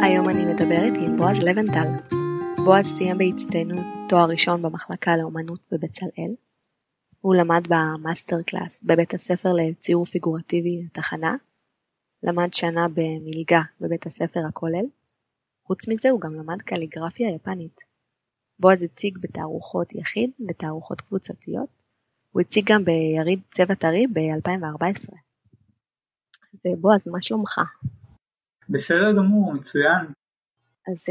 היום אני מדברת עם בועז לבנטל. בועז סיים בהצטיינות תואר ראשון במחלקה לאומנות בבצלאל. הוא למד במאסטר קלאס בבית הספר לציור פיגורטיבי תחנה. למד שנה במלגה בבית הספר הכולל. חוץ מזה הוא גם למד קליגרפיה יפנית. בועז הציג בתערוכות יחיד ותערוכות קבוצתיות. הוא הציג גם ביריד צבע טרי ב-2014. בועז, מה שלומך? בסדר גמור, מצוין. אז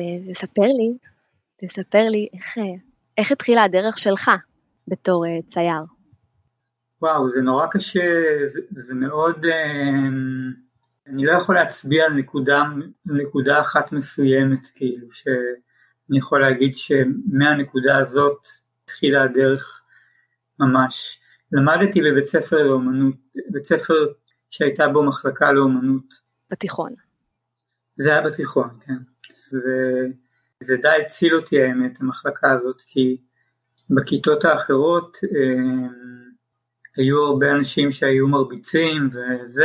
תספר לי איך התחילה הדרך שלך בתור צייר. וואו, זה נורא קשה, זה מאוד, אני לא יכול להצביע על נקודה אחת מסוימת, כאילו שאני יכול להגיד שמהנקודה הזאת התחילה הדרך ממש. למדתי בבית ספר לאומנות, בית ספר שהייתה בו מחלקה לאומנות. בתיכון. זה היה בתיכון, כן. וזה די הציל אותי האמת, המחלקה הזאת, כי בכיתות האחרות היו הרבה אנשים שהיו מרביצים וזה,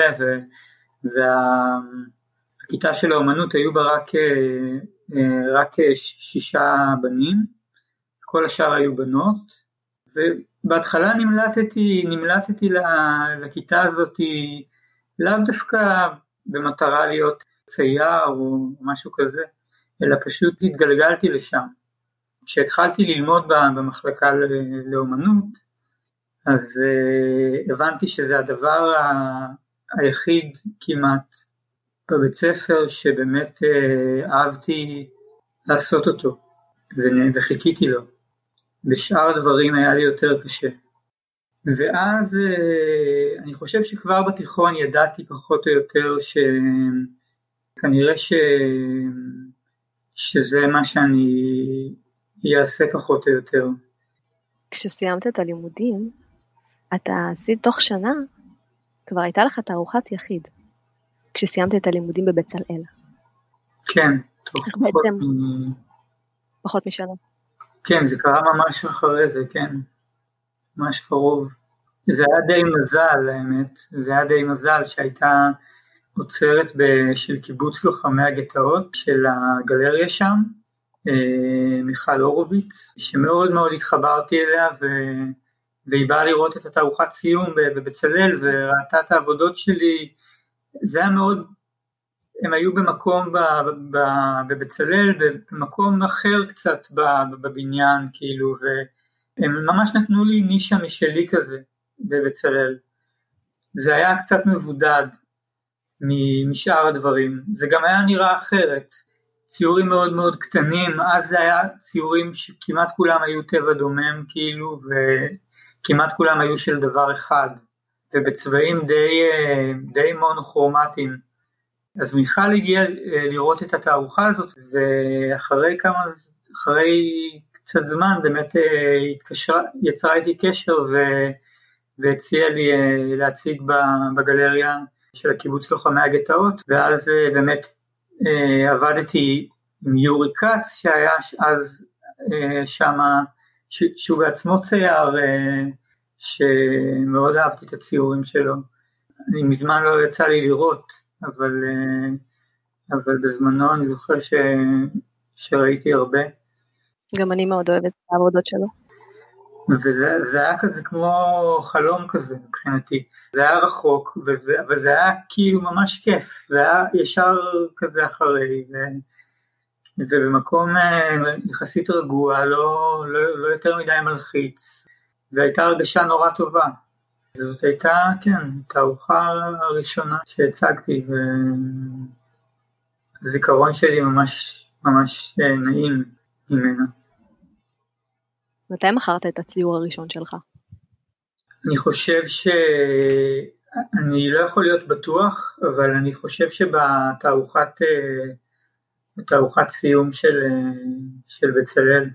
והכיתה של האומנות היו בה רק 6 בנים, כל השאר היו בנות, ובהתחלה נמלטתי לכיתה הזאת, לאו דווקא במטרה להיות צייר או משהו כזה, אלא פשוט התגלגלתי לשם. כשהתחלתי ללמוד במחלקה לאומנות, אז הבנתי שזה הדבר היחיד כמעט בבית ספר שבאמת אהבתי לעשות אותו, וחיכיתי לו. בשאר הדברים היה לי יותר קשה. ואז אני חושב שכבר בתיכון ידעתי פחות או יותר שכנראה שזה מה שאני אעשה פחות או יותר. כשסיימת את הלימודים, אתה עשית תוך שנה, כבר הייתה לך תערוכת יחיד, כשסיימת את הלימודים בבצלאל. כן, תוך פחות משנה. כן, זה קרה ממש אחרי זה, כן. ממש קרוב. זה היה די מזל, האמת. זה היה די מזל שהייתה עוצרת של קיבוץ לוחמי הגטאות של הגלריה שם, מיכל הורוביץ, שמאוד מאוד התחברתי אליה, והיא באה לראות את התערוכת סיום בבצלאל, וראתה את העבודות שלי. זה היה מאוד, הם היו במקום בבצלאל, במקום אחר קצת בבניין, כאילו, הם ממש נתנו לי נישה משלי כזה בבצלאל. זה היה קצת מבודד משאר הדברים. זה גם היה נראה אחרת. ציורים מאוד מאוד קטנים, אז זה היה ציורים שכמעט כולם היו טבע דומם, כאילו, וכמעט כולם היו של דבר אחד, ובצבעים די מונוכרומטיים. אז מיכל הגיעה לראות את התערוכה הזאת, ואחרי קצת זמן באמת יצרה איתי קשר והציעה לי להציג בגלריה של הקיבוץ לוחמי הגטאות, ואז באמת עבדתי עם יורי קץ שהיה אז שם, שהוא בעצמו צייר, שמאוד אהבתי את הציורים שלו. אני מזמן לא יצא לי לראות, אבל בזמנו אני זוכר שראיתי הרבה. גם אני מאוד אוהבת את העבודות שלו. וזה היה כזה כמו חלום כזה מבחינתי. זה היה רחוק, אבל זה היה כאילו ממש כיף. זה היה ישר כזה אחרי, ובמקום יחסית רגוע, לא יותר מדי מלחיץ. והייתה הרגשה נורא טובה. וזאת הייתה, כן, תערוכה הראשונה שהצגתי, והזיכרון שלי ממש נעים ממנה. מתי מכרת את הציור הראשון שלך? אני חושב אני לא יכול להיות בטוח, אבל אני חושב בתערוכת סיום של בצלאל.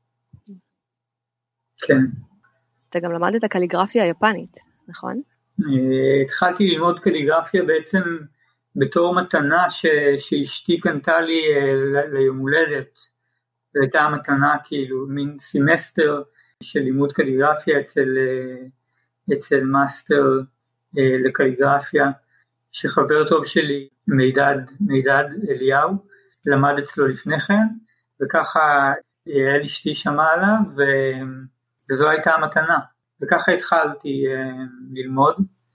כן. אתה גם למדת קליגרפיה יפנית, נכון? התחלתי ללמוד קליגרפיה בעצם בתור מתנה שאשתי קנתה לי ליום הולדת. זו הייתה המתנה, כאילו, מין סמסטר של לימוד קליגרפיה אצל מאסטר לקליגרפיה, שחבר טוב שלי, מידד אליהו, למד אצלו לפני כן, וככה יעל אשתי שמעה עליו, וזו הייתה המתנה, וככה התחלתי ללמוד,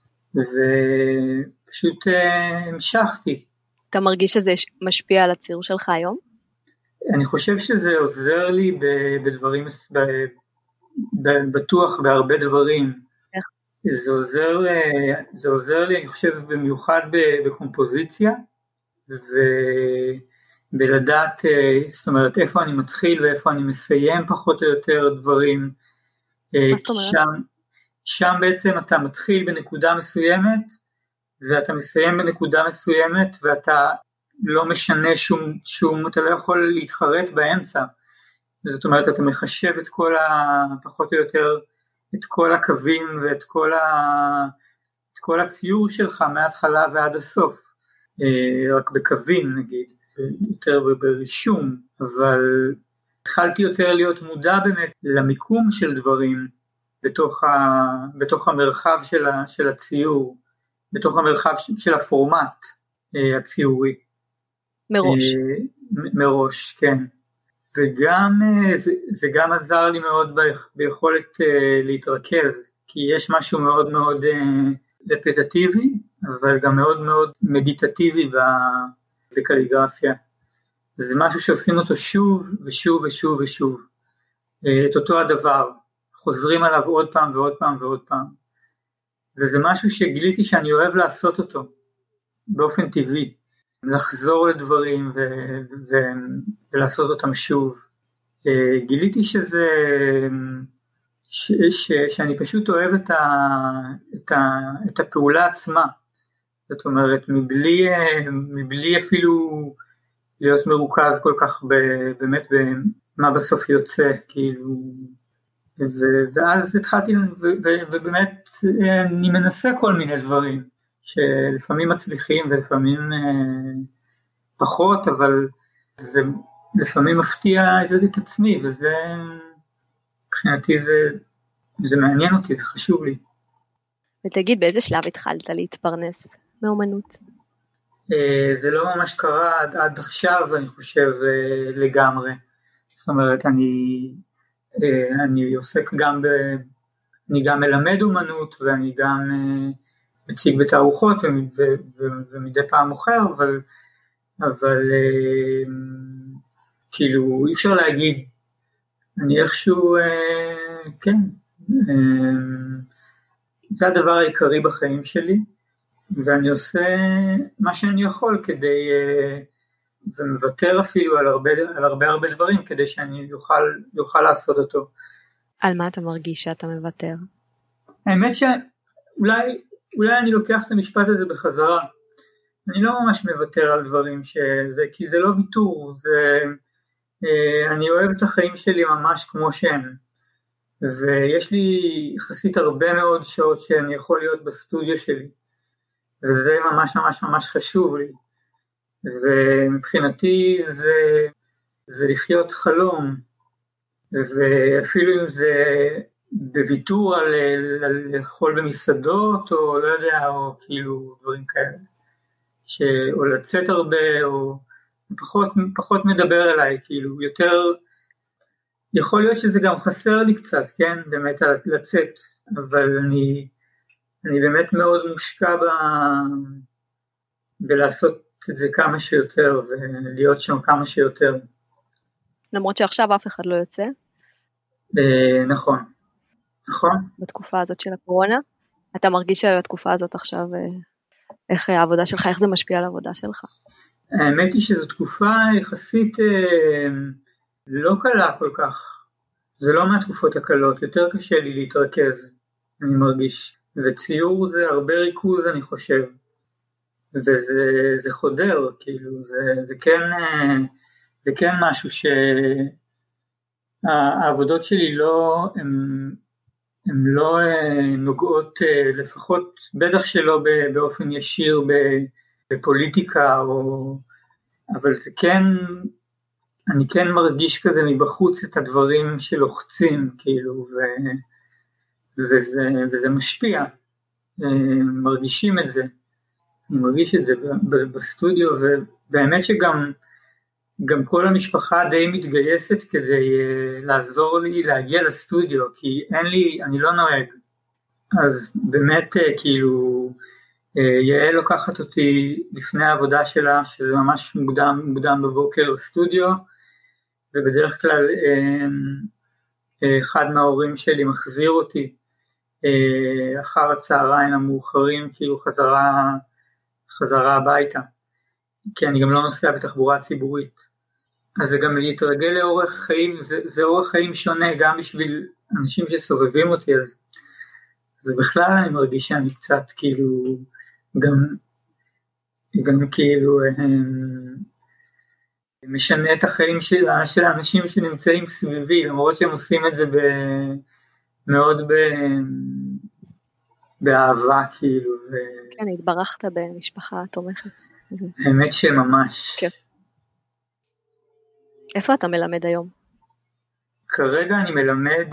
ופשוט המשכתי. אתה מרגיש שזה משפיע על הציור שלך היום? אני חושב שזה עוזר לי בדברים, בטוח בהרבה דברים. איך? זה עוזר לי, אני חושב, במיוחד בקומפוזיציה, ובלדעת, זאת אומרת, איפה אני מתחיל ואיפה אני מסיים פחות או יותר דברים. מה זאת אומרת? שם בעצם אתה מתחיל בנקודה מסוימת, ואתה מסיים בנקודה מסוימת, ואתה לא משנה שום, אתה לא יכול להתחרט באמצע. זאת אומרת, אתה מחשב את פחות או יותר, את כל הקווים ואת כל הציור שלך מההתחלה ועד הסוף. רק בקווים נגיד, יותר ברישום, אבל התחלתי יותר להיות מודע באמת למיקום של דברים, בתוך המרחב של הציור, בתוך המרחב של הפורמט הציורי. מראש, כן. וגם, זה גם עזר לי מאוד ביכולת להתרכז, כי יש משהו מאוד מאוד רפטטיבי, אבל גם מאוד מאוד מדיטטיבי בקליגרפיה. זה משהו שעושים אותו שוב ושוב ושוב ושוב. את אותו הדבר. חוזרים עליו עוד פעם ועוד פעם ועוד פעם. וזה משהו שגיליתי שאני אוהב לעשות אותו, באופן טבעי. לחזור לדברים ולעשות אותם שוב. גיליתי שאני פשוט אוהב את הפעולה עצמה. זאת אומרת, מבלי אפילו להיות מרוכז כל כך באמת במה בסוף יוצא, כאילו. ואז התחלתי, ובאמת אני מנסה כל מיני דברים, שלפעמים מצליחים ולפעמים פחות, אבל זה לפעמים מפתיע את עצמי, וזה, מבחינתי זה מעניין אותי, זה חשוב לי. ותגיד, באיזה שלב התחלת להתפרנס מאומנות? זה לא ממש קרה עד עכשיו, אני חושב, לגמרי. זאת אומרת, אני עוסק אני גם מלמד אומנות, ואני גם מציג בתערוכות, ומדי פעם מוכר, אבל כאילו, אי אפשר להגיד, אני איכשהו, כן, זה הדבר העיקרי בחיים שלי, ואני עושה מה שאני יכול כדי, ומוותר אפילו על הרבה דברים, כדי שאני יוכל לעשות אותו. על מה אתה מרגיש שאתה מוותר? האמת שאולי אני לוקח את המשפט הזה בחזרה. אני לא ממש מוותר על דברים כי זה לא ויתור, אני אוהב את החיים שלי ממש כמו שהם. ויש לי יחסית הרבה מאוד שעות שאני יכול להיות בסטודיו שלי. וזה ממש ממש ממש חשוב לי. ומבחינתי זה לחיות חלום, ואפילו אם זה בוויתור על לאכול במסעדות, או לא יודע, או כאילו דברים כאלה, או לצאת הרבה, או פחות מדבר אליי, כאילו יותר, יכול להיות שזה גם חסר לי קצת, כן, באמת לצאת, אבל אני באמת מאוד מושקע בלעשות את זה כמה שיותר, ולהיות שם כמה שיותר. למרות שעכשיו אף אחד לא יוצא? נכון. בתקופה הזאת של הקורונה? אתה מרגיש שהתקופה הזאת עכשיו, איך העבודה שלך, איך זה משפיע על העבודה שלך? האמת היא שזו תקופה יחסית לא קלה כל כך. זה לא מהתקופות הקלות, יותר קשה לי להתרכז, אני מרגיש. וציור זה הרבה ריכוז, אני חושב. וזה חודר, כאילו, זה כן משהו שהעבודות שלי הן לא נוגעות, לפחות, בטח שלא באופן ישיר בפוליטיקה, אבל זה כן, אני כן מרגיש כזה מבחוץ את הדברים שלוחצים, כאילו, וזה משפיע, מרגישים את זה. אני מרגיש את זה בסטודיו, ובאמת שגם גם כל המשפחה די מתגייסת כדי לעזור לי להגיע לסטודיו, כי אני לא נוהג. אז באמת כאילו יעל לוקחת אותי לפני העבודה שלה, שזה ממש מוקדם בבוקר לסטודיו, ובדרך כלל אחד מההורים שלי מחזיר אותי אחר הצהריים המאוחרים, כאילו חזרה הביתה, כי אני גם לא נוסע בתחבורה ציבורית. אז זה גם להתרגל לאורח חיים, זה אורח חיים שונה גם בשביל אנשים שסובבים אותי, אז זה בכלל אני מרגיש שאני קצת כאילו, גם כאילו משנה את החיים של האנשים שנמצאים סביבי, למרות שהם עושים את זה מאוד באהבה כאילו. כן, התברכת במשפחה תומכת. האמת שממש. כן. איפה אתה מלמד היום? כרגע אני מלמד,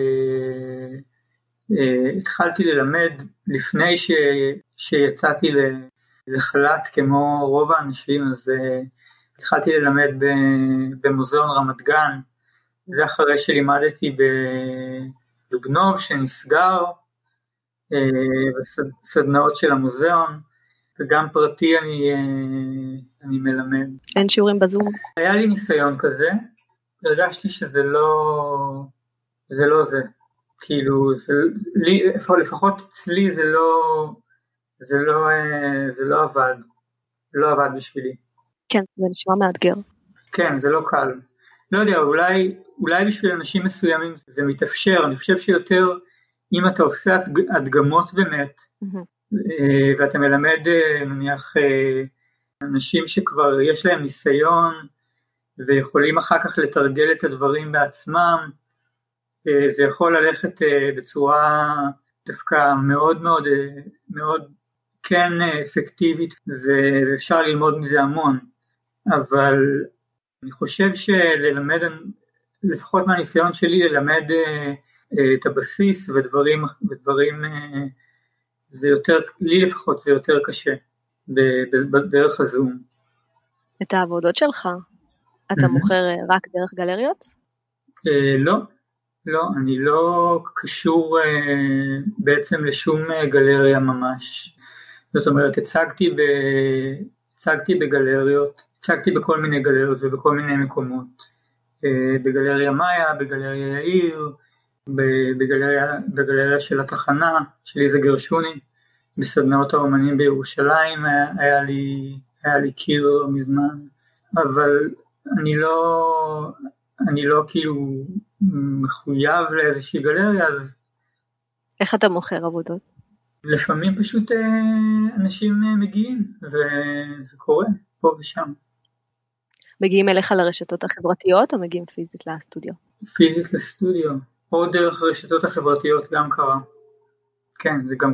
התחלתי ללמד לפני שיצאתי לחל"ת כמו רוב האנשים, אז התחלתי ללמד במוזיאון רמת גן, זה אחרי שלימדתי בלובנוב שנסגר, בסדנאות של המוזיאון, וגם פרטי אני מלמד. אין שיעורים בזום? היה לי ניסיון כזה, הרגשתי שזה לא זה, כאילו, לפחות אצלי זה לא עבד בשבילי. כן, זה נשמע מאתגר. כן, זה לא קל. לא יודע, אולי בשביל אנשים מסוימים זה מתאפשר, אני חושב שיותר, אם אתה עושה הדגמות באמת, ואתה מלמד נניח אנשים שכבר יש להם ניסיון, ויכולים אחר כך לתרגל את הדברים בעצמם, זה יכול ללכת בצורה דווקא מאוד מאוד מאוד כן אפקטיבית, ואפשר ללמוד מזה המון, אבל אני חושב שללמד, לפחות מהניסיון שלי, ללמד את הבסיס ודברים זה יותר, לי לפחות זה יותר קשה בדרך הזום. את העבודות שלך אתה מוכר רק דרך גלריות? לא, אני לא קשור בעצם לשום גלריה ממש. זאת אומרת, הצגתי בגלריות, הצגתי בכל מיני גלריות ובכל מיני מקומות. בגלריה מאיה, בגלריה יאיר, בגלריה של התחנה, של איזה גרשוני, בסדנאות האומנים בירושלים היה לי קיר מזמן, אבל אני לא כאילו מחויב לאיזושהי גלריה, אז... איך אתה מוכר עבודות? לפעמים פשוט אנשים מגיעים, וזה קורה פה ושם. מגיעים אליך לרשתות החברתיות, או מגיעים פיזית לסטודיו? פיזית לסטודיו, או דרך הרשתות החברתיות גם קרה. כן, זה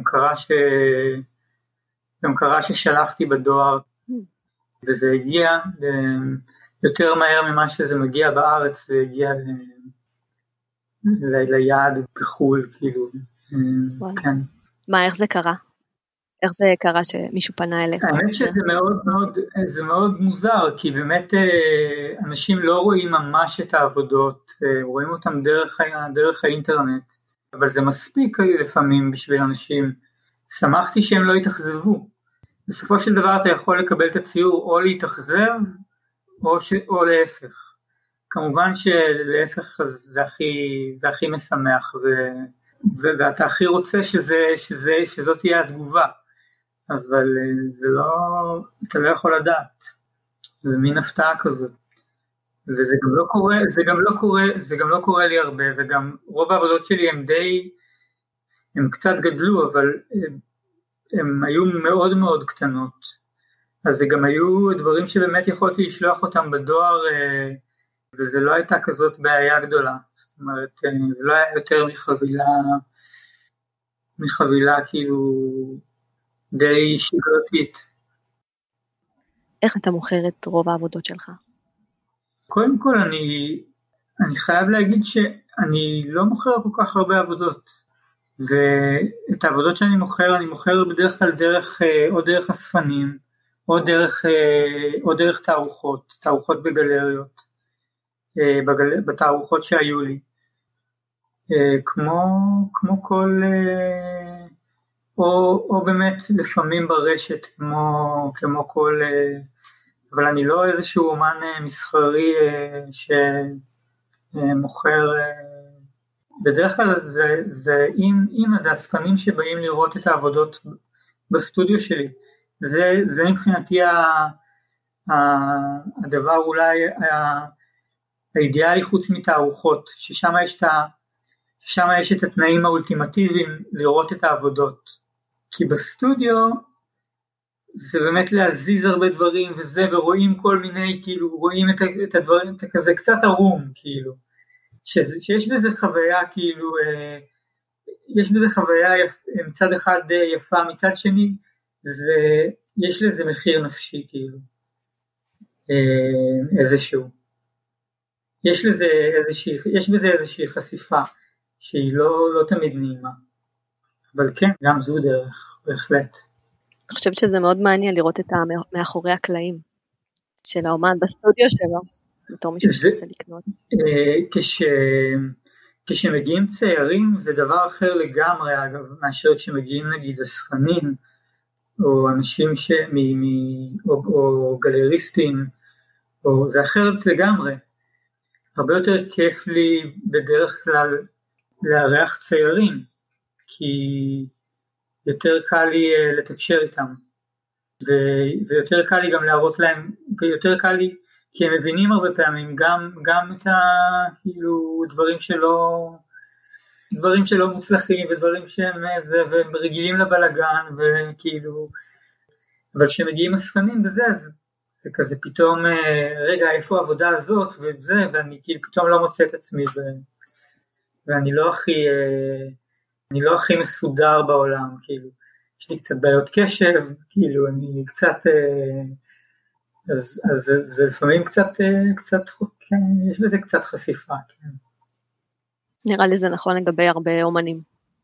גם קרה ששלחתי בדואר, וזה הגיע יותר מהר ממה שזה מגיע בארץ, זה הגיע ליעד בחול, כאילו, כן. מה, איך זה קרה? איך זה קרה שמישהו פנה אליך? האמת שזה מאוד מוזר, כי באמת אנשים לא רואים ממש את העבודות, רואים אותם דרך האינטרנט, אבל זה מספיק לפעמים בשביל אנשים. שמחתי שהם לא יתאכזבו. בסופו של דבר אתה יכול לקבל את הציור או להתאכזב, או להפך. כמובן שלהפך זה הכי משמח, ואתה הכי רוצה שזאת תהיה התגובה, אבל אתה לא יכול לדעת. זה מין הפתעה כזאת. וזה גם לא קורה לי הרבה, וגם רוב העבודות שלי הם קצת גדלו, אבל הם היו מאוד מאוד קטנות. אז זה גם היו דברים שבאמת יכולתי לשלוח אותם בדואר, וזה לא הייתה כזאת בעיה גדולה. זאת אומרת, זה לא היה יותר מחבילה כאילו די שגרתית. איך אתה מוכר את רוב העבודות שלך? קודם כל אני חייב להגיד שאני לא מוכר כל כך הרבה עבודות, ואת העבודות שאני מוכר בדרך כלל או דרך אספנים, או דרך תערוכות בגלריות, בתערוכות שהיו לי, כמו כל, או באמת לפעמים ברשת, כמו כל, אבל אני לא איזשהו אומן מסחרי שמוכר, בדרך כלל זה אספנים שבאים לראות את העבודות בסטודיו שלי, זה מבחינתי הדבר אולי האידיאלי חוץ מתערוכות, ששם יש את התנאים האולטימטיביים לראות את העבודות, כי בסטודיו זה באמת להזיז הרבה דברים וזה, ורואים כל מיני, כאילו רואים את הדברים, את כזה קצת ערום, כאילו, שיש בזה חוויה, כאילו, יש בזה חוויה מצד אחד יפה, מצד שני, יש לזה מחיר נפשי, כאילו, איזשהו. יש בזה איזושהי חשיפה, שהיא לא תמיד נעימה. אבל כן, גם זו דרך, בהחלט. אני חושבת שזה מאוד מעניין לראות את מאחורי הקלעים של האומן בסטודיו שלו, בתור מישהו שרוצה לקנות. כשמגיעים ציירים, זה דבר אחר לגמרי, אגב, מאשר כשמגיעים נגיד אספנים, או אנשים או גלריסטים, זה אחרת לגמרי. הרבה יותר כיף לי בדרך כלל לארח ציירים, כי יותר קל לי לתקשר איתם, ויותר קל לי גם להראות להם, ויותר קל לי, כי הם מבינים הרבה פעמים, גם את כאילו דברים שלא מוצלחים, ודברים שהם והם רגילים לבלגן, וכאילו, אבל כשמגיעים אספנים וזה, אז זה כזה פתאום, רגע, איפה העבודה הזאת, וזה, ואני כאילו פתאום לא מוצא את עצמי, ואני לא הכי מסודר בעולם, כאילו, יש לי קצת בעיות קשב, כאילו, אני קצת, אז זה לפעמים קצת, כן, יש בזה קצת חשיפה, כן. נראה לי זה נכון לגבי הרבה אומנים.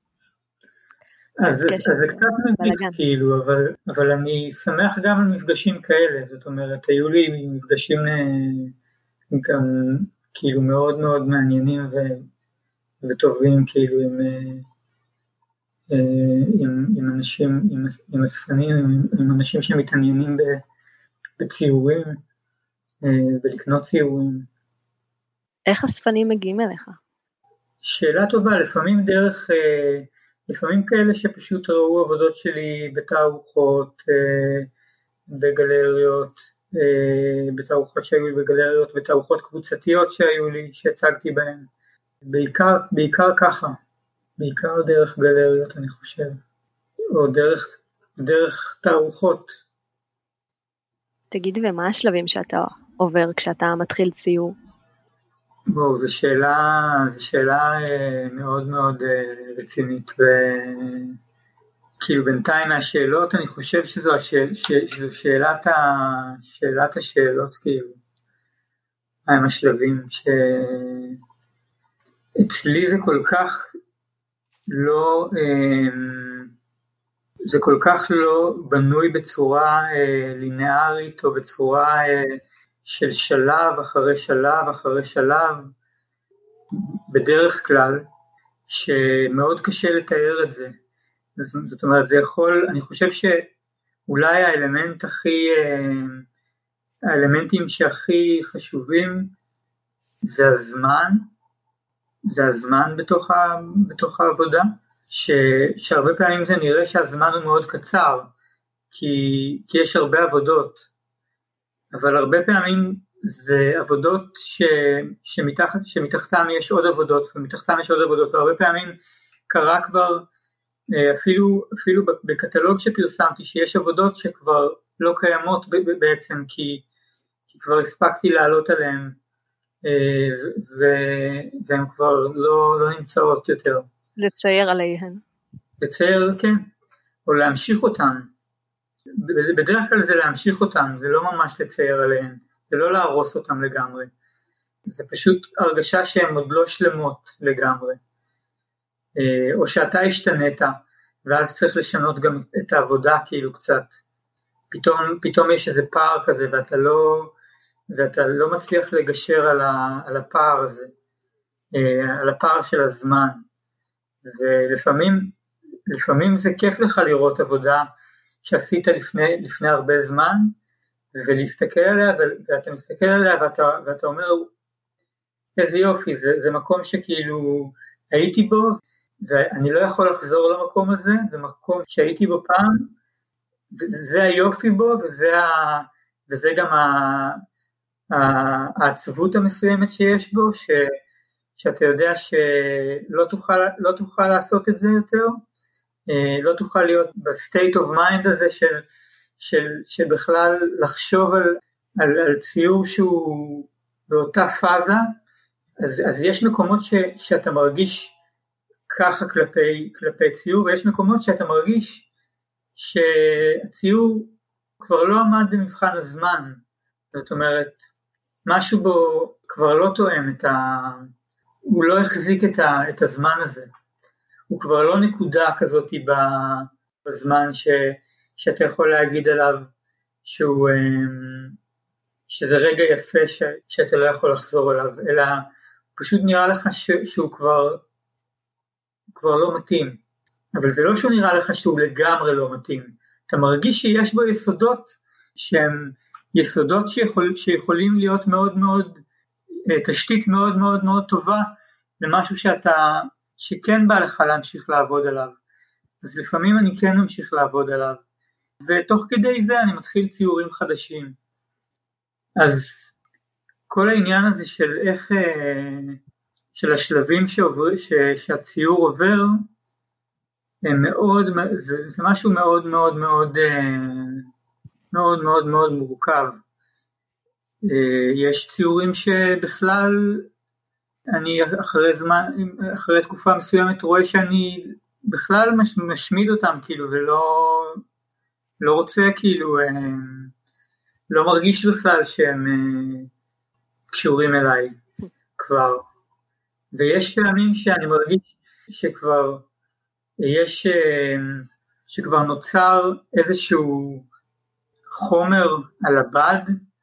אז זה קצת מביך, כאילו, אבל אני שמח גם על מפגשים כאלה, זאת אומרת, היו לי מפגשים גם, כאילו, מאוד מאוד מעניינים וטובים, כאילו, עם אנשים, עם אספנים, עם אנשים שמתעניינים בציורים, ולקנות ציורים. איך אספנים מגיעים אליך? שאלה טובה, לפעמים כאלה שפשוט ראו עבודות שלי בתערוכות, בגלריות, בתערוכות שהיו לי בגלריות, בתערוכות קבוצתיות שהיו לי, שהצגתי בהן. בעיקר ככה, בעיקר דרך גלריות אני חושב, או דרך תערוכות. תגיד, ומה השלבים שאתה עובר כשאתה מתחיל ציור? בואו, זו שאלה מאוד מאוד רצינית, וכאילו בינתיים מהשאלות אני חושב שזו שאלת השאלות, כאילו, מהם השלבים, שאצלי זה כל כך לא, זה כל כך לא בנוי בצורה לינארית, או בצורה של שלב אחרי שלב אחרי שלב, בדרך כלל, שמאוד קשה לתאר את זה. זאת אומרת, זה יכול, אני חושב שאולי האלמנטים שהכי חשובים, זה הזמן בתוך העבודה, שהרבה פעמים זה נראה שהזמן הוא מאוד קצר, כי יש הרבה עבודות, אבל הרבה פעמים זה עבודות שמתחתם יש עוד עבודות, ומתחתם יש עוד עבודות, והרבה פעמים קרה כבר, אפילו בקטלוג שפרסמתי, שיש עבודות שכבר לא קיימות בעצם, כי כבר הספקתי לעלות עליהן, והן כבר לא נמצאות יותר. לצייר עליהן. לצייר, כן, או להמשיך אותן. בדרך כלל זה להמשיך אותם, זה לא ממש לצייר עליהן, זה לא להרוס אותם לגמרי, זה פשוט הרגשה שהן עוד לא שלמות לגמרי, או שאתה השתנית, ואז צריך לשנות גם את העבודה כאילו קצת, פתאום יש איזה פער כזה, ואתה לא מצליח לגשר על הפער הזה, על הפער של הזמן, ולפעמים זה כיף לך לראות עבודה שעשית לפני הרבה זמן, ולהסתכל עליה, ואתה מסתכל עליה ואתה אומר, איזה יופי, זה מקום שכאילו הייתי בו, ואני לא יכול לחזור למקום הזה, זה מקום שהייתי בו פעם, וזה היופי בו, וזה גם העצבות המסוימת שיש בו, שאתה יודע שלא תוכל לעשות את זה יותר, לא תוכל להיות בסטייט אוף מיינד הזה שבכלל לחשוב על ציור שהוא באותה פאזה, אז יש מקומות שאתה מרגיש ככה כלפי ציור, ויש מקומות שאתה מרגיש שהציור כבר לא עמד במבחן הזמן, זאת אומרת, משהו בו כבר לא תואם הוא לא החזיק את הזמן הזה, הוא כבר לא נקודה כזאת בזמן שאתה יכול להגיד עליו שזה רגע יפה שאתה לא יכול לחזור אליו, אלא פשוט נראה לך שהוא כבר לא מתאים, אבל זה לא שהוא נראה לך שהוא לגמרי לא מתאים, אתה מרגיש שיש בו יסודות שהם יסודות שיכולים להיות מאוד מאוד, תשתית מאוד מאוד מאוד טובה למשהו שכן בא לך להמשיך לעבוד עליו, אז לפעמים אני כן ממשיך לעבוד עליו, ותוך כדי זה אני מתחיל ציורים חדשים, אז כל העניין הזה של איך, של השלבים שהציור עובר, זה משהו מאוד מאוד מאוד מאוד מאוד מאוד מורכב. יש ציורים שבכלל אני אחרי תקופה מסוימת רואה שאני בכלל משמיד אותם כאילו, ולא רוצה כאילו, לא מרגיש בכלל שהם קשורים אליי כבר. ויש פעמים שאני מרגיש שכבר נוצר איזשהו חומר על הבד,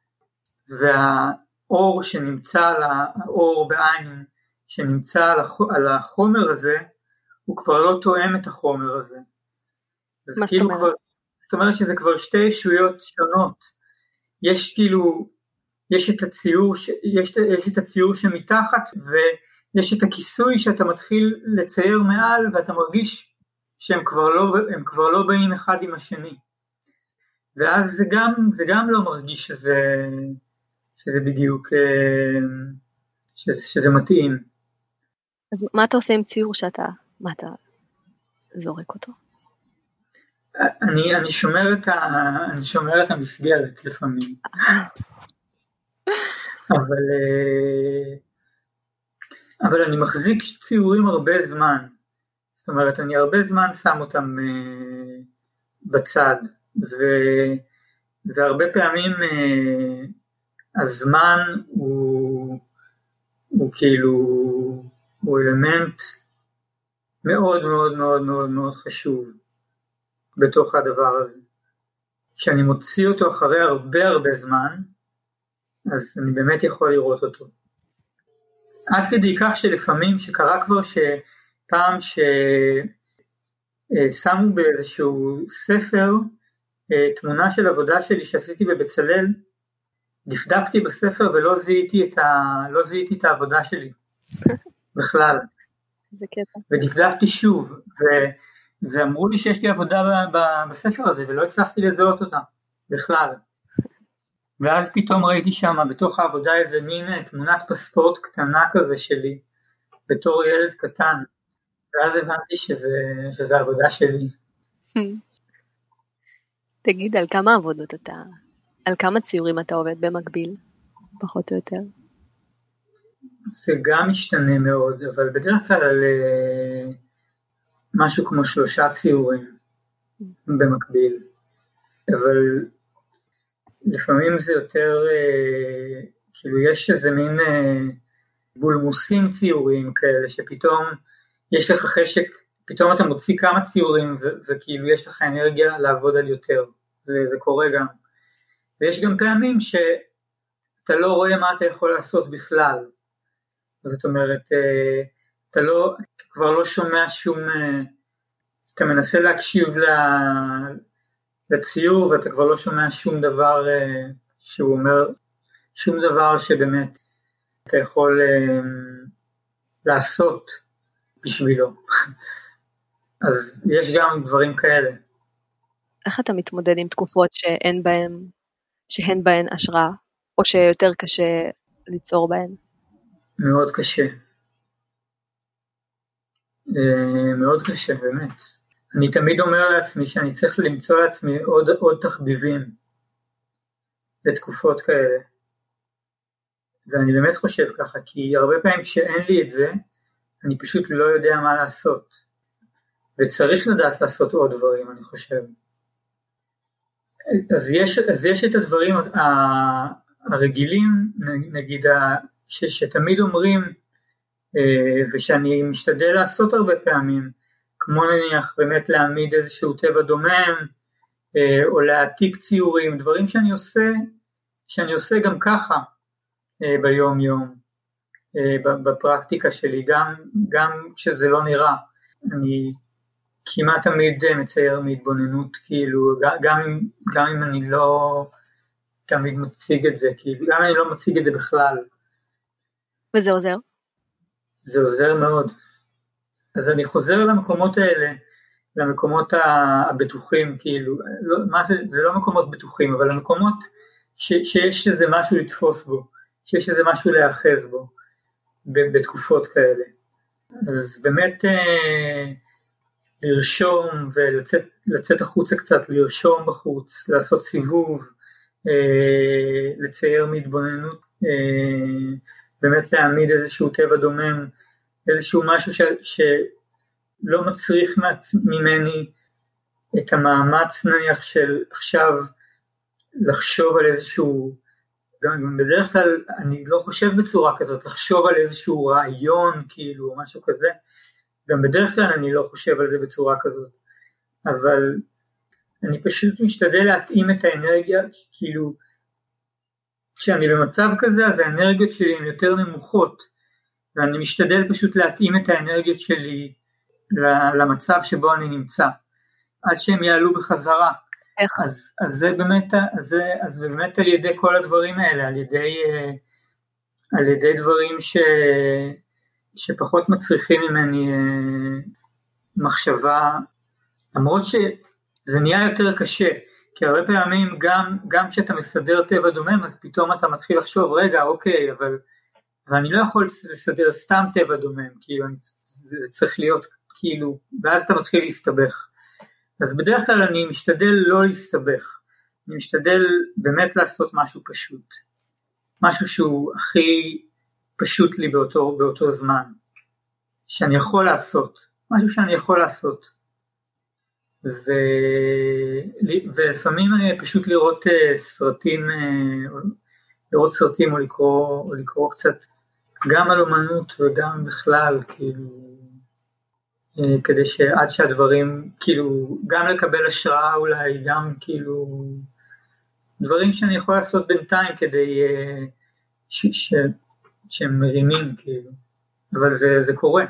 והאור שנמצא, האור בעין שנמצא על החומר הזה, הוא כבר לא תואם את החומר הזה. מה זאת אומרת? זאת אומרת שזה כבר שתי ישויות שונות. יש כאילו, יש את הציור שמתחת, ויש את הכיסוי שאתה מתחיל לצייר מעל, ואתה מרגיש שהם כבר לא באים אחד עם השני. ואז זה גם לא מרגיש שזה בדיוק, שזה מתאים. אז מה אתה עושה עם ציור מה אתה זורק אותו? אני שומר את המסגרת לפעמים. אבל אני מחזיק ציורים הרבה זמן. זאת אומרת, אני הרבה זמן שם אותם בצד, והרבה פעמים הזמן הוא כאילו, הוא אלמנט מאוד מאוד מאוד מאוד מאוד חשוב בתוך הדבר הזה. כשאני מוציא אותו אחרי הרבה זמן, אז אני באמת יכול לראות אותו. עד כדי כך שלפעמים שקרה כבר שפעם ששמו באיזשהו ספר תמונה של עבודה שלי שעשיתי בבצלאל, דפדפתי בספר ולא זיהיתי את העבודה שלי בכלל. זה קטע. ודפדפתי שוב, ואמרו לי שיש לי עבודה בספר הזה, ולא הצלחתי לזהות אותה בכלל. ואז פתאום ראיתי שם בתוך העבודה איזה מין תמונת פספורט קטנה כזה שלי, בתור ילד קטן, ואז הבנתי שזה העבודה שלי. תגיד, על כמה עבודות על כמה ציורים אתה עובד במקביל, פחות או יותר? זה גם משתנה מאוד, אבל בדרך כלל על משהו כמו 3 ציורים במקביל, אבל לפעמים זה יותר, כאילו יש איזה מין בולמוסים ציורים כאלה, שפתאום יש לך חשק, פתאום אתה מוציא כמה ציורים, וכאילו יש לך אנרגיה לעבוד על יותר. זה קורה גם. ויש גם פעמים שאתה לא רואה מה אתה יכול לעשות בכלל. זאת אומרת, אתה כבר לא שומע שום, אתה מנסה להקשיב לציור, ואתה כבר לא שומע שום דבר שהוא אומר, שום דבר שבאמת אתה יכול לעשות בשבילו. אז יש גם דברים כאלה. איך אתה מתמודד עם תקופות שהן בהן השראה, או שיותר קשה ליצור בהן? מאוד קשה. מאוד קשה, באמת. אני תמיד אומר לעצמי שאני צריך למצוא לעצמי עוד תחביבים לתקופות כאלה. ואני באמת חושב ככה, כי הרבה פעמים כשאין לי את זה, אני פשוט לא יודע מה לעשות. וצריך לדעת לעשות עוד דברים, אני חושב. אז יש את הדברים הרגילים, נגיד, שתמיד אומרים, ושאני משתדל לעשות הרבה פעמים, כמו נניח באמת להעמיד איזשהו טבע דומם, או להעתיק ציורים, דברים שאני עושה גם ככה ביום יום, בפרקטיקה שלי, גם כשזה לא נראה. אני כמעט תמיד מצייר מהתבוננות, כאילו, גם אם אני לא תמיד מציג את זה, כאילו, גם אם אני לא מציג את זה בכלל. וזה עוזר? זה עוזר מאוד. אז אני חוזר למקומות האלה, למקומות הבטוחים, כאילו, זה לא מקומות בטוחים, אבל המקומות שיש איזה משהו לתפוס בו, שיש איזה משהו להאחז בו, בתקופות כאלה. אז באמת לרשום ולצאת החוצה קצת, לרשום בחוץ, לעשות סיבוב, לצייר מהתבוננות, באמת להעמיד איזשהו טבע דומם, איזשהו משהו שלא מצריך ממני את המאמץ נניח של עכשיו לחשוב על איזשהו, גם בדרך כלל אני לא חושב בצורה כזאת, לחשוב על איזשהו רעיון כאילו או משהו כזה, גם בדרך כלל אני לא חושב על זה בצורה כזאת, אבל אני פשוט משתדל להתאים את האנרגיה, כאילו כשאני במצב כזה אז האנרגיות שלי הן יותר נמוכות, ואני משתדל פשוט להתאים את האנרגיות שלי למצב שבו אני נמצא, עד שהם יעלו בחזרה. איך? אז זה באמת על ידי כל הדברים האלה, על ידי דברים שפחות מצריכים ממני מחשבה, למרות שזה נהיה יותר קשה, כי הרבה פעמים גם כשאתה מסדר טבע דומם, אז פתאום אתה מתחיל לחשוב, רגע, אוקיי, אבל אני לא יכול לסדר סתם טבע דומם, כאילו, זה צריך להיות, כאילו, ואז אתה מתחיל להסתבך. אז בדרך כלל אני משתדל לא להסתבך, אני משתדל באמת לעשות משהו פשוט, משהו שהוא הכי פשוט לי באותו זמן, שאני יכול לעשות, משהו שאני יכול לעשות, ולפעמים אני פשוט לראות סרטים או לקרוא קצת, גם על אומנות וגם בכלל, כאילו, כדי שעד שהדברים, כאילו, גם לקבל השראה אולי, גם כאילו, דברים שאני יכול לעשות בינתיים כדי שהם מרימים, כאילו, אבל זה קורה.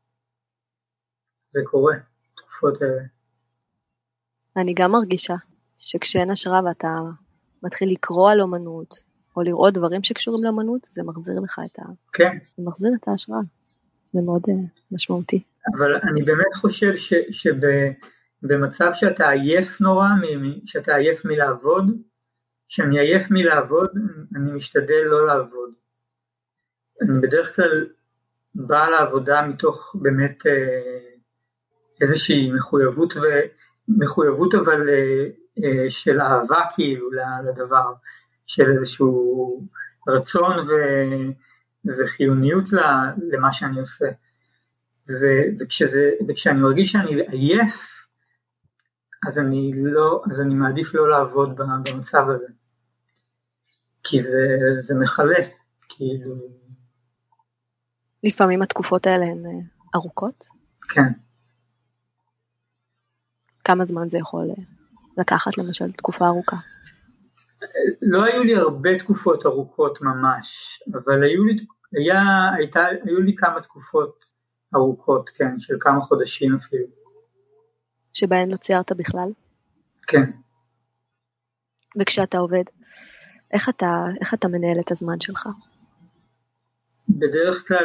זה קורה, תקופות האלה. אני גם מרגישה שכשאין השראה ואתה מתחיל לקרוא על אומנות, או לראות דברים שקשורים לאומנות, זה מחזיר לך כן. זה מחזיר את ההשראה. זה מאוד משמעותי. אבל אני באמת חושב שבמצב שאתה עייף נורא, שאתה עייף מלעבוד, שאני עייף מלעבוד, אני משתדל לא לעבוד. אני בדרך כלל בא לעבודה מתוך באמת איזושהי מחויבות אבל של אהבה כאילו לדבר, של איזשהו רצון וחיוניות למה שאני עושה. וכשאני מרגיש שאני עייף, אז אני מעדיף לא לעבוד במצב הזה. כי זה מחלה, כאילו. לפעמים התקופות האלה הן ארוכות? כן. כמה זמן זה יכול לקחת למשל תקופה ארוכה? לא היו לי הרבה תקופות ארוכות ממש, אבל היו לי כמה תקופות ארוכות, כן, של כמה חודשים אפילו. שבהן לא ציירת בכלל? כן. וכשאתה עובד, איך אתה מנהל את הזמן שלך? בדרך כלל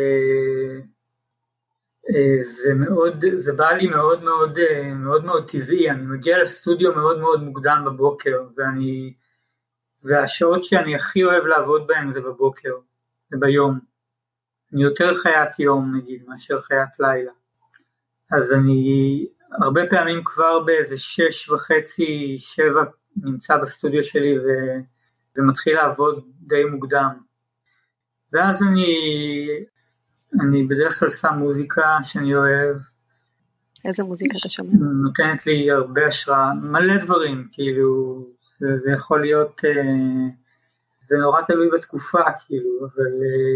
זה בא לי מאוד מאוד מאוד מאוד טבעי. אני מגיע לסטודיו מאוד מאוד מוקדם בבוקר, והשעות שאני הכי אוהב לעבוד בהן זה בבוקר, זה ביום. אני יותר חיית יום נגיד מאשר חיית לילה. אז אני הרבה פעמים כבר באיזה 6:30, 7 נמצא בסטודיו שלי ומתחיל לעבוד די מוקדם. ואז אני בדרך כלל שם מוזיקה שאני אוהב. איזה מוזיקה אתה שומע? נותנת לי הרבה השראה, מלא דברים, כאילו, זה יכול להיות, זה נורא תלוי בתקופה, כאילו, אבל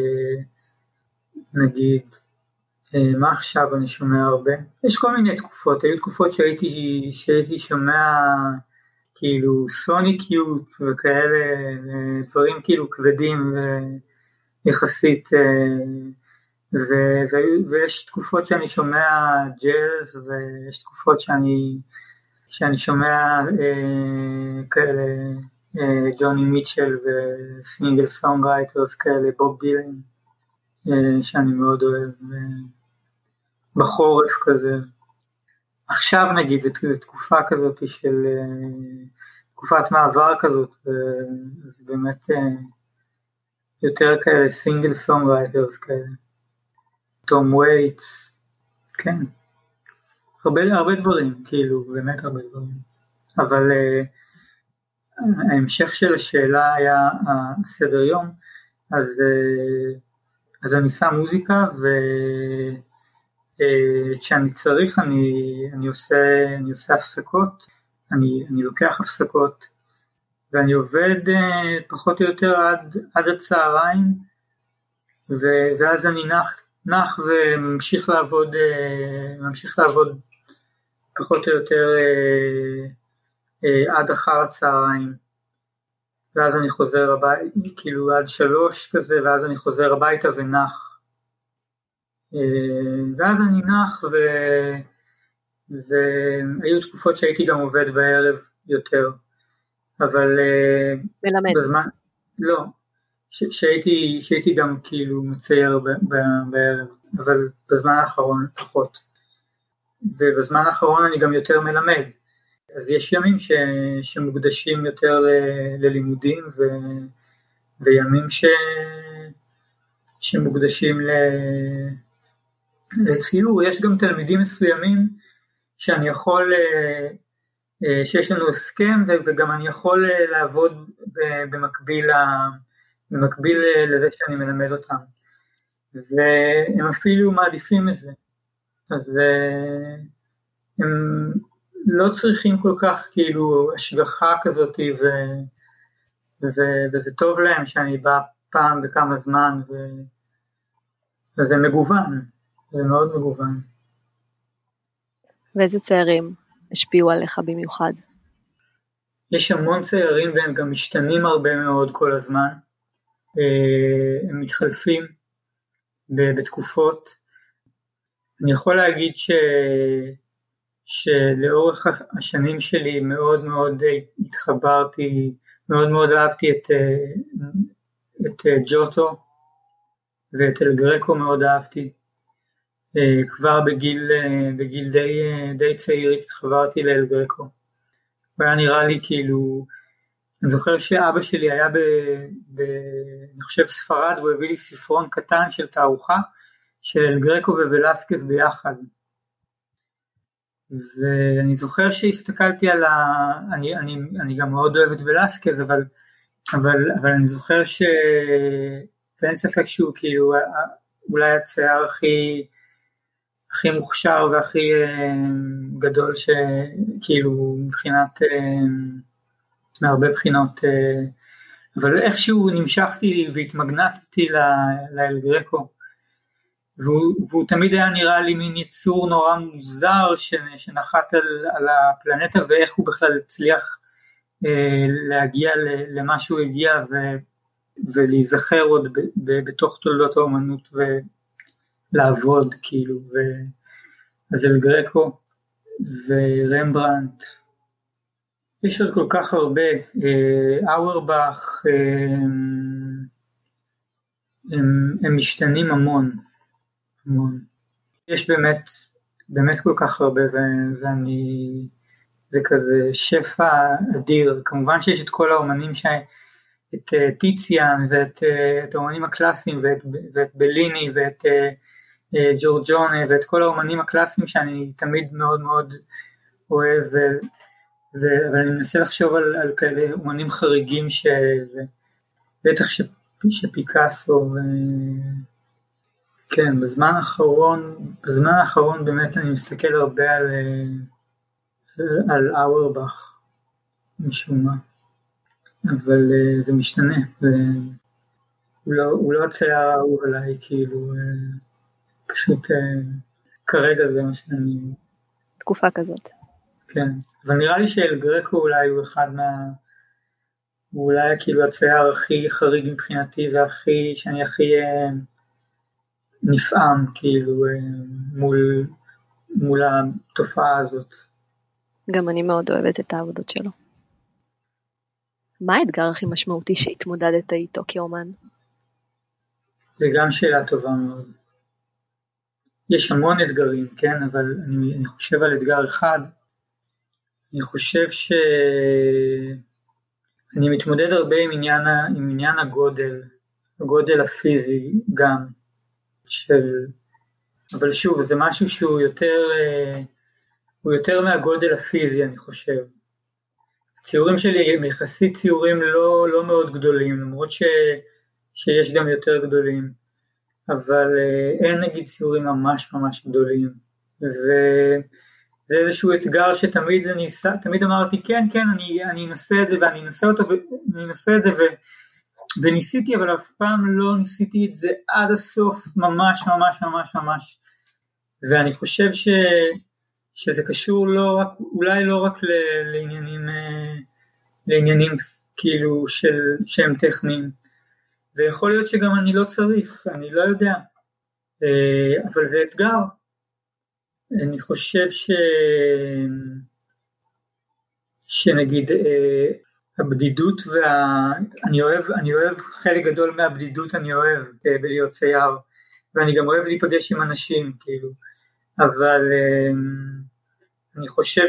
נגיד, מה עכשיו אני שומע הרבה? יש כל מיני תקופות, היו תקופות שהייתי שומע, כאילו, סוניק יוט וכאלה, דברים כאילו כבדים ויחסית, ויש תקופות שאני שומע ג'אז, ויש תקופות שאני שומע כאלה ג'וני מיטשל וסינגל סונג רייטרס כאלה, בוב דילן, שאני מאוד אוהב, בחורף כזה. עכשיו נגיד, זו תקופה כזאת של תקופת מעבר כזאת, זה באמת יותר כאלה סינגל סונג רייטרס כאלה. תום וייטס, כן, הרבה דברים, כאילו, באמת הרבה דברים, אבל ההמשך של השאלה היה הסדר יום, אז אני שם מוזיקה, וכשאני צריך אני עושה הפסקות, אני לוקח הפסקות, ואני עובד פחות או יותר עד הצהריים, ואז אני נח וממשיך לעבוד פחות או יותר עד אחר הצהריים, ואז אני חוזר הביתה, כאילו עד 3 כזה, ואז אני חוזר הביתה ונח, ואז אני נח, והיו תקופות שהייתי גם עובד בערב יותר, אבל מלמד. בזמן, לא, שהייתי גם כאילו מצייר בערב, אבל בזמן האחרון פחות. ובזמן האחרון אני גם יותר מלמד. אז יש ימים שמוקדשים יותר ללימודים, וימים שמוקדשים לציור. יש גם תלמידים מסוימים שאני יכול, שיש לנו הסכם, וגם אני יכול לעבוד במקביל לזה שאני מלמד אותם, והם אפילו מעדיפים את זה, אז הם לא צריכים כל כך כאילו השגחה כזאת, וזה טוב להם שאני בא פעם בכמה זמן, וזה מגוון, זה מאוד מגוון. ואיזה ציירים השפיעו עליך במיוחד? יש המון ציירים והם גם משתנים הרבה מאוד כל הזמן, הם מתחלפים בתקופות. אני יכול להגיד שלאורך השנים שלי מאוד מאוד התחברתי, מאוד מאוד אהבתי את ג'וטו, ואת אל גרקו מאוד אהבתי. כבר בגיל די צעיר התחברתי לאל גרקו. והיה נראה לי כאילו, אני זוכר שאבא שלי היה אני חושב ספרד, הוא הביא לי ספרון קטן של תערוכה של אל גרקו וולסקס ביחד. ואני זוכר שהסתכלתי על אני גם מאוד אוהב את וולסקס, אבל אני זוכר ואין ספק שהוא כאילו אולי הצייר הכי מוכשר והכי גדול שכאילו מבחינת מהרבה בחינות, אבל איכשהו נמשכתי והתמגנתתי לאל גרקו, והוא תמיד היה נראה לי מין יצור נורא מוזר שנחת על הפלנטה, ואיך הוא בכלל הצליח להגיע למה שהוא הגיע ולהיזכר עוד בתוך תולדות האומנות ולעבוד כאילו. אז אל גרקו ורמברנדט, יש עוד כל כך הרבה, אוורבך, הם משתנים המון. יש באמת כל כך הרבה, זה כזה שפע אדיר. כמובן שיש את כל האומנים, את טיציאן ואת האומנים הקלאסיים ואת בליני ואת ג'ורג'ונה ואת כל האומנים הקלאסיים שאני תמיד מאוד מאוד אוהב, ואני מנסה לחשוב על כאלה אומנים חריגים בטח שפיקאסו כן, בזמן האחרון באמת אני מסתכל הרבה על אוורבך משום מה, אבל זה משתנה, הוא לא הצייר האהוב עליי, כאילו פשוט כרגע זה מה שאני... תקופה כזאת. כן, אבל נראה לי שאל גרקו אולי הוא הוא אולי כאילו הצייר הכי חריג מבחינתי, שאני הכי נפעם כאילו מול התופעה הזאת. גם אני מאוד אוהבת את העבודות שלו. מה האתגר הכי משמעותי שהתמודדת איתו כאומן? זה גם שאלה טובה מאוד. יש המון אתגרים, כן, אבל אני חושב על אתגר אחד. אני חושב אני מתמודד הרבה עם עניין הגודל הפיזי גם, אבל שוב, זה משהו שהוא יותר מהגודל הפיזי, אני חושב. הציורים שלי הם יחסית ציורים לא מאוד גדולים, למרות שיש גם יותר גדולים, אבל אין נגיד ציורים ממש ממש גדולים, וזה איזשהו אתגר שתמיד תמיד אמרתי, כן, אני אנסה את זה, ואני אנסה את זה, וניסיתי, אבל אף פעם לא ניסיתי את זה עד הסוף, ממש ממש ממש ממש, ואני חושב שזה קשור אולי לא רק לעניינים כאילו שהם טכניים, ויכול להיות שגם אני לא צריך, אני לא יודע, אבל זה אתגר. אני חושב שנגיד הבדידות אני אוהב חלק גדול מהבדידות, אני אוהב בלהיות צייר, ואני גם אוהב להיפגש עם אנשים כאילו, אבל אני חושב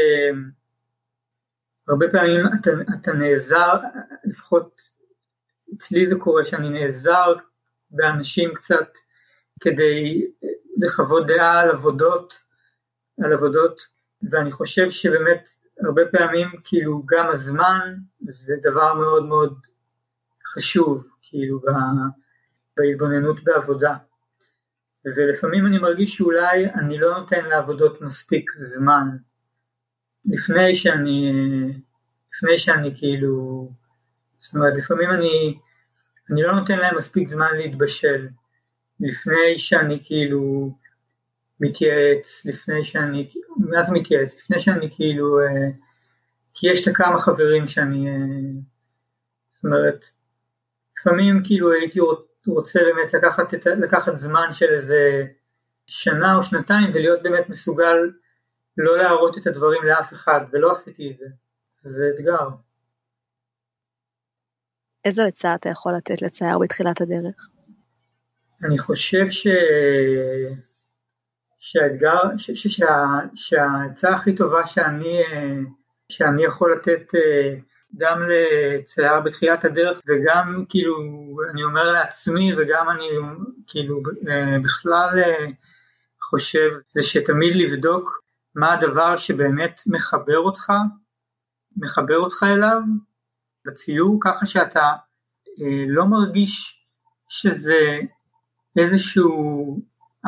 שהרבה פעמים אתה נעזר, לפחות אצלי זה קורה שאני נעזר באנשים קצת כדי לחוות דעה על עבודות, ואני חושב שבאמת הרבה פעמים כאילו גם הזמן זה דבר מאוד מאוד חשוב כאילו בהתבוננות בעבודה, ולפעמים אני מרגיש שאולי אני לא נותן לעבודות מספיק זמן לפני שאני כאילו, זאת אומרת לפעמים אני לא נותן להם מספיק זמן להתבשל, לפני שאני כאילו מתייעץ, לפני שאני כאילו, כי יש כמה חברים שאני, זאת אומרת, לפעמים כאילו הייתי רוצה באמת לקחת זמן של איזה שנה או שנתיים, ולהיות באמת מסוגל לא להראות את הדברים לאף אחד, ולא עשיתי את זה. זה אתגר. איזו עצה אתה יכול לתת לצייר בתחילת הדרך? אני חושב שהעצה הכי טובה שאני יכול לתת גם לצייר בתחילת הדרך, וגם כאילו אני אומר לעצמי, וגם אני כאילו בכלל חושב, זה שתמיד לבדוק מה הדבר שבאמת מחבר אותך אליו בציור, ככה שאתה לא מרגיש שזה איזשהו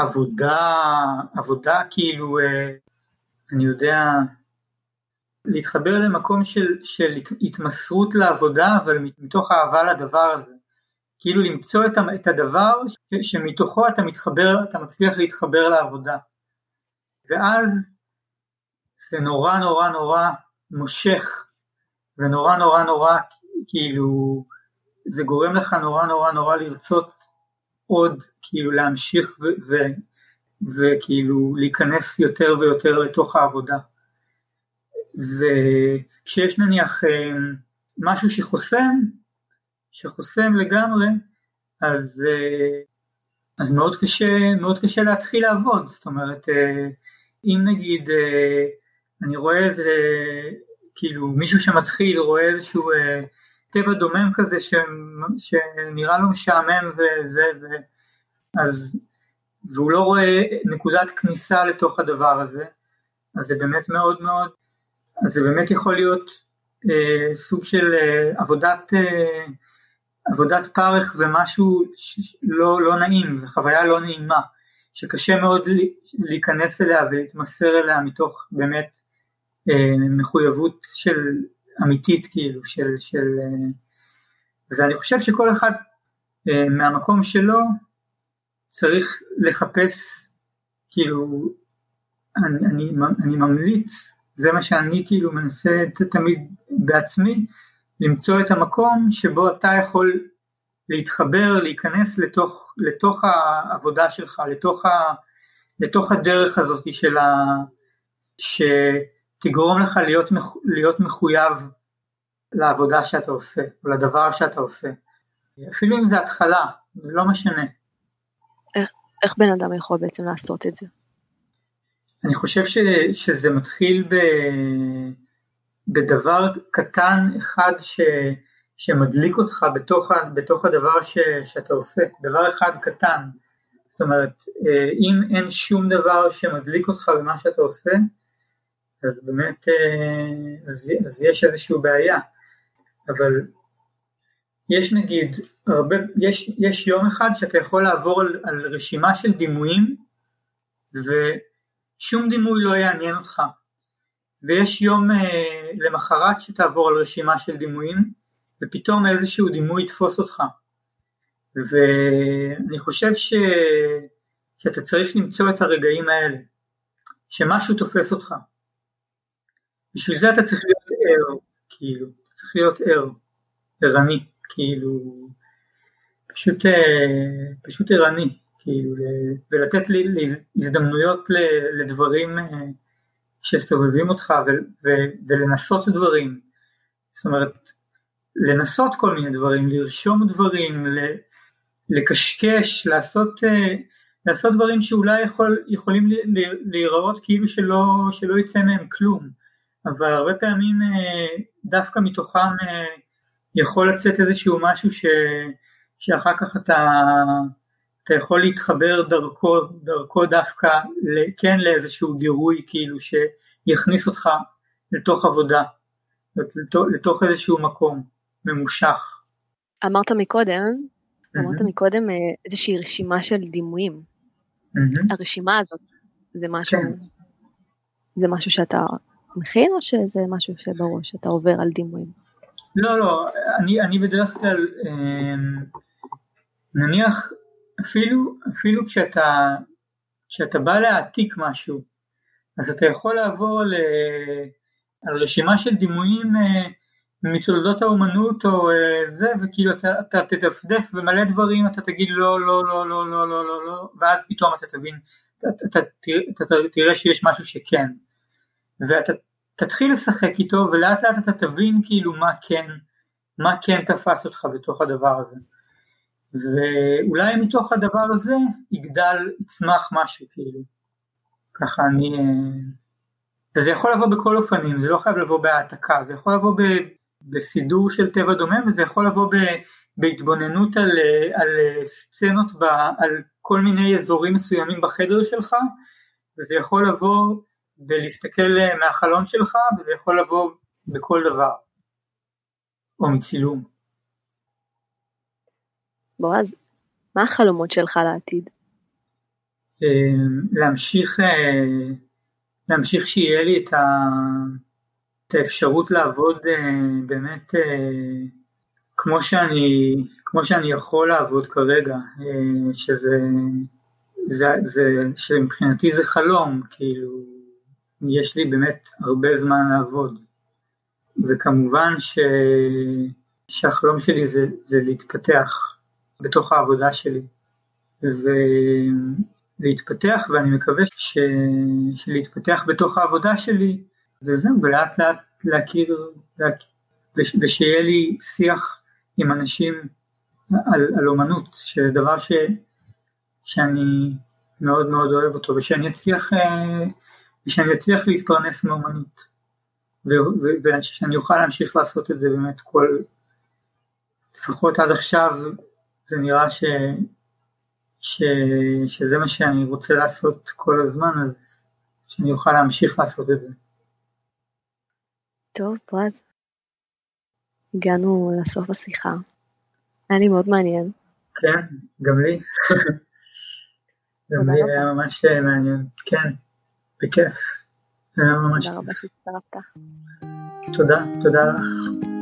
עבודה כאילו, אני יודע, להתחבר למקום של התמסרות לעבודה, אבל מתוך אהבה לדבר הזה, כאילו למצוא את הדבר שמתוכו אתה מצליח להתחבר לעבודה. ואז זה נורא נורא נורא מושך, ונורא נורא נורא, כאילו, זה גורם לך נורא נורא נורא לרצות עוד, כאילו להמשיך וכאילו להיכנס יותר ויותר לתוך העבודה. וכשיש נניח משהו שחוסם לגמרי, אז מאוד קשה להתחיל לעבוד. זאת אומרת, אם נגיד אני רואה איזה, כאילו מישהו שמתחיל רואה איזשהו טבע דומם כזה שנראה לו משעמם וזה, והוא לא רואה נקודת כניסה לתוך הדבר הזה, אז זה באמת מאוד מאוד, אז זה באמת יכול להיות סוג של עבודת פרך ומשהו לא נעים, וחוויה לא נעימה, שקשה מאוד להיכנס אליה ולהתמסר אליה מתוך באמת מחויבות של אמיתית, כאילו, ואני חושב שכל אחד מהמקום שלו צריך לחפש, כאילו, אני ממליץ, זה מה שאני כאילו מנסה תמיד בעצמי, למצוא את המקום שבו אתה יכול להתחבר, להיכנס לתוך העבודה שלך, לתוך הדרך הזאת שתגרום לך להיות מחויב לעבודה שאתה עושה, או לדבר שאתה עושה. אפילו אם זה התחלה, זה לא משנה. איך בן אדם יכול בעצם לעשות את זה? אני חושב שזה מתחיל בדבר קטן אחד שמדליק אותך בתוך הדבר שאתה עושה, דבר אחד קטן. זאת אומרת, אם אין שום דבר שמדליק אותך במה שאתה עושה, אז באמת, אז יש איזושהי בעיה. אבל יש נגיד, יש יום אחד שאתה יכול לעבור על רשימה של דימויים, ושום דימוי לא יעניין אותך. ויש יום למחרת שתעבור על רשימה של דימויים, ופתאום איזשהו דימוי יתפוס אותך. ואני חושב שאתה צריך למצוא את הרגעים האלה, שמשהו תופס אותך. בשביל זה אתה צריך להיות ער, כאילו, צריך להיות ערני, כאילו, פשוט ערני, כאילו, ולתת לי הזדמנויות לדברים שסובבים אותך, ולנסות דברים. זאת אומרת, לנסות כל מיני דברים, לרשום דברים, לקשקש, לעשות דברים שאולי יכולים להיראות כאילו שלא יצא מהם כלום, אבל הרבה פעמים דווקא מתוכם יכול לצאת איזשהו משהו שאחר כך אתה יכול להתחבר דרכו דווקא, כן, לאיזשהו גירוי כאילו שיכניס אותך לתוך עבודה, לתוך איזשהו מקום ממושך. אמרת מקודם איזושהי רשימה של דימויים. הרשימה הזאת זה משהו שאתה מכין, או שזה משהו שבראש אתה עובר על דימויים? לא, אני בדרך כלל נניח אפילו כשאתה בא להעתיק משהו, אז אתה יכול לעבור על רשימה של דימויים מתולדות האומנות או זה, וכאילו אתה תדפדף ומלא דברים, אתה תגיד לא, ואז פתאום אתה תבין, אתה תראה שיש משהו שכן, ואתה תתחיל לשחק איתו, ולאט לאט אתה תבין כאילו מה כן תפס אותך בתוך הדבר הזה, ואולי מתוך הדבר הזה יצמח משהו, כאילו, ככה וזה יכול לבוא בכל אופנים, זה לא חייב לבוא בהעתקה, זה יכול לבוא בסידור של טבע דומם, וזה יכול לבוא בהתבוננות על סצנות, על כל מיני אזורים מסוימים בחדר שלך, וזה יכול לבוא בלהסתכל מהחלון שלך, וזה יכול לבוא בכל דבר, או מצילום. בועז, מה החלומות שלך לעתיד? להמשיך שיהיה לי את האפשרות לעבוד באמת כמו שאני יכול לעבוד כרגע, שמבחינתי זה חלום, כאילו, יש לי באמת הרבה זמן לעבוד, וכמובן שהחלום שלי זה להתפתח בתוך העבודה שלי, ולהתפתח, ואני מקווה שלהתפתח בתוך העבודה שלי, וזהו, ולאט לאט להכיר, ושיהיה לי שיח עם אנשים על אומנות, שזה דבר שאני מאוד מאוד אוהב אותו, ושאני אצליח להתפרנס מאומנות, ושאני אוכל להמשיך לעשות את זה באמת לפחות עד עכשיו, זה נראה שזה מה שאני רוצה לעשות כל הזמן, אז שאני אוכל להמשיך לעשות את זה. טוב, בועז, הגענו לסוף השיחה. היה לי מאוד מעניין. כן, גם לי. גם לי היה ממש מעניין. כן, בכיף. היה ממש תודה רבה שהצטרפת. תודה לך.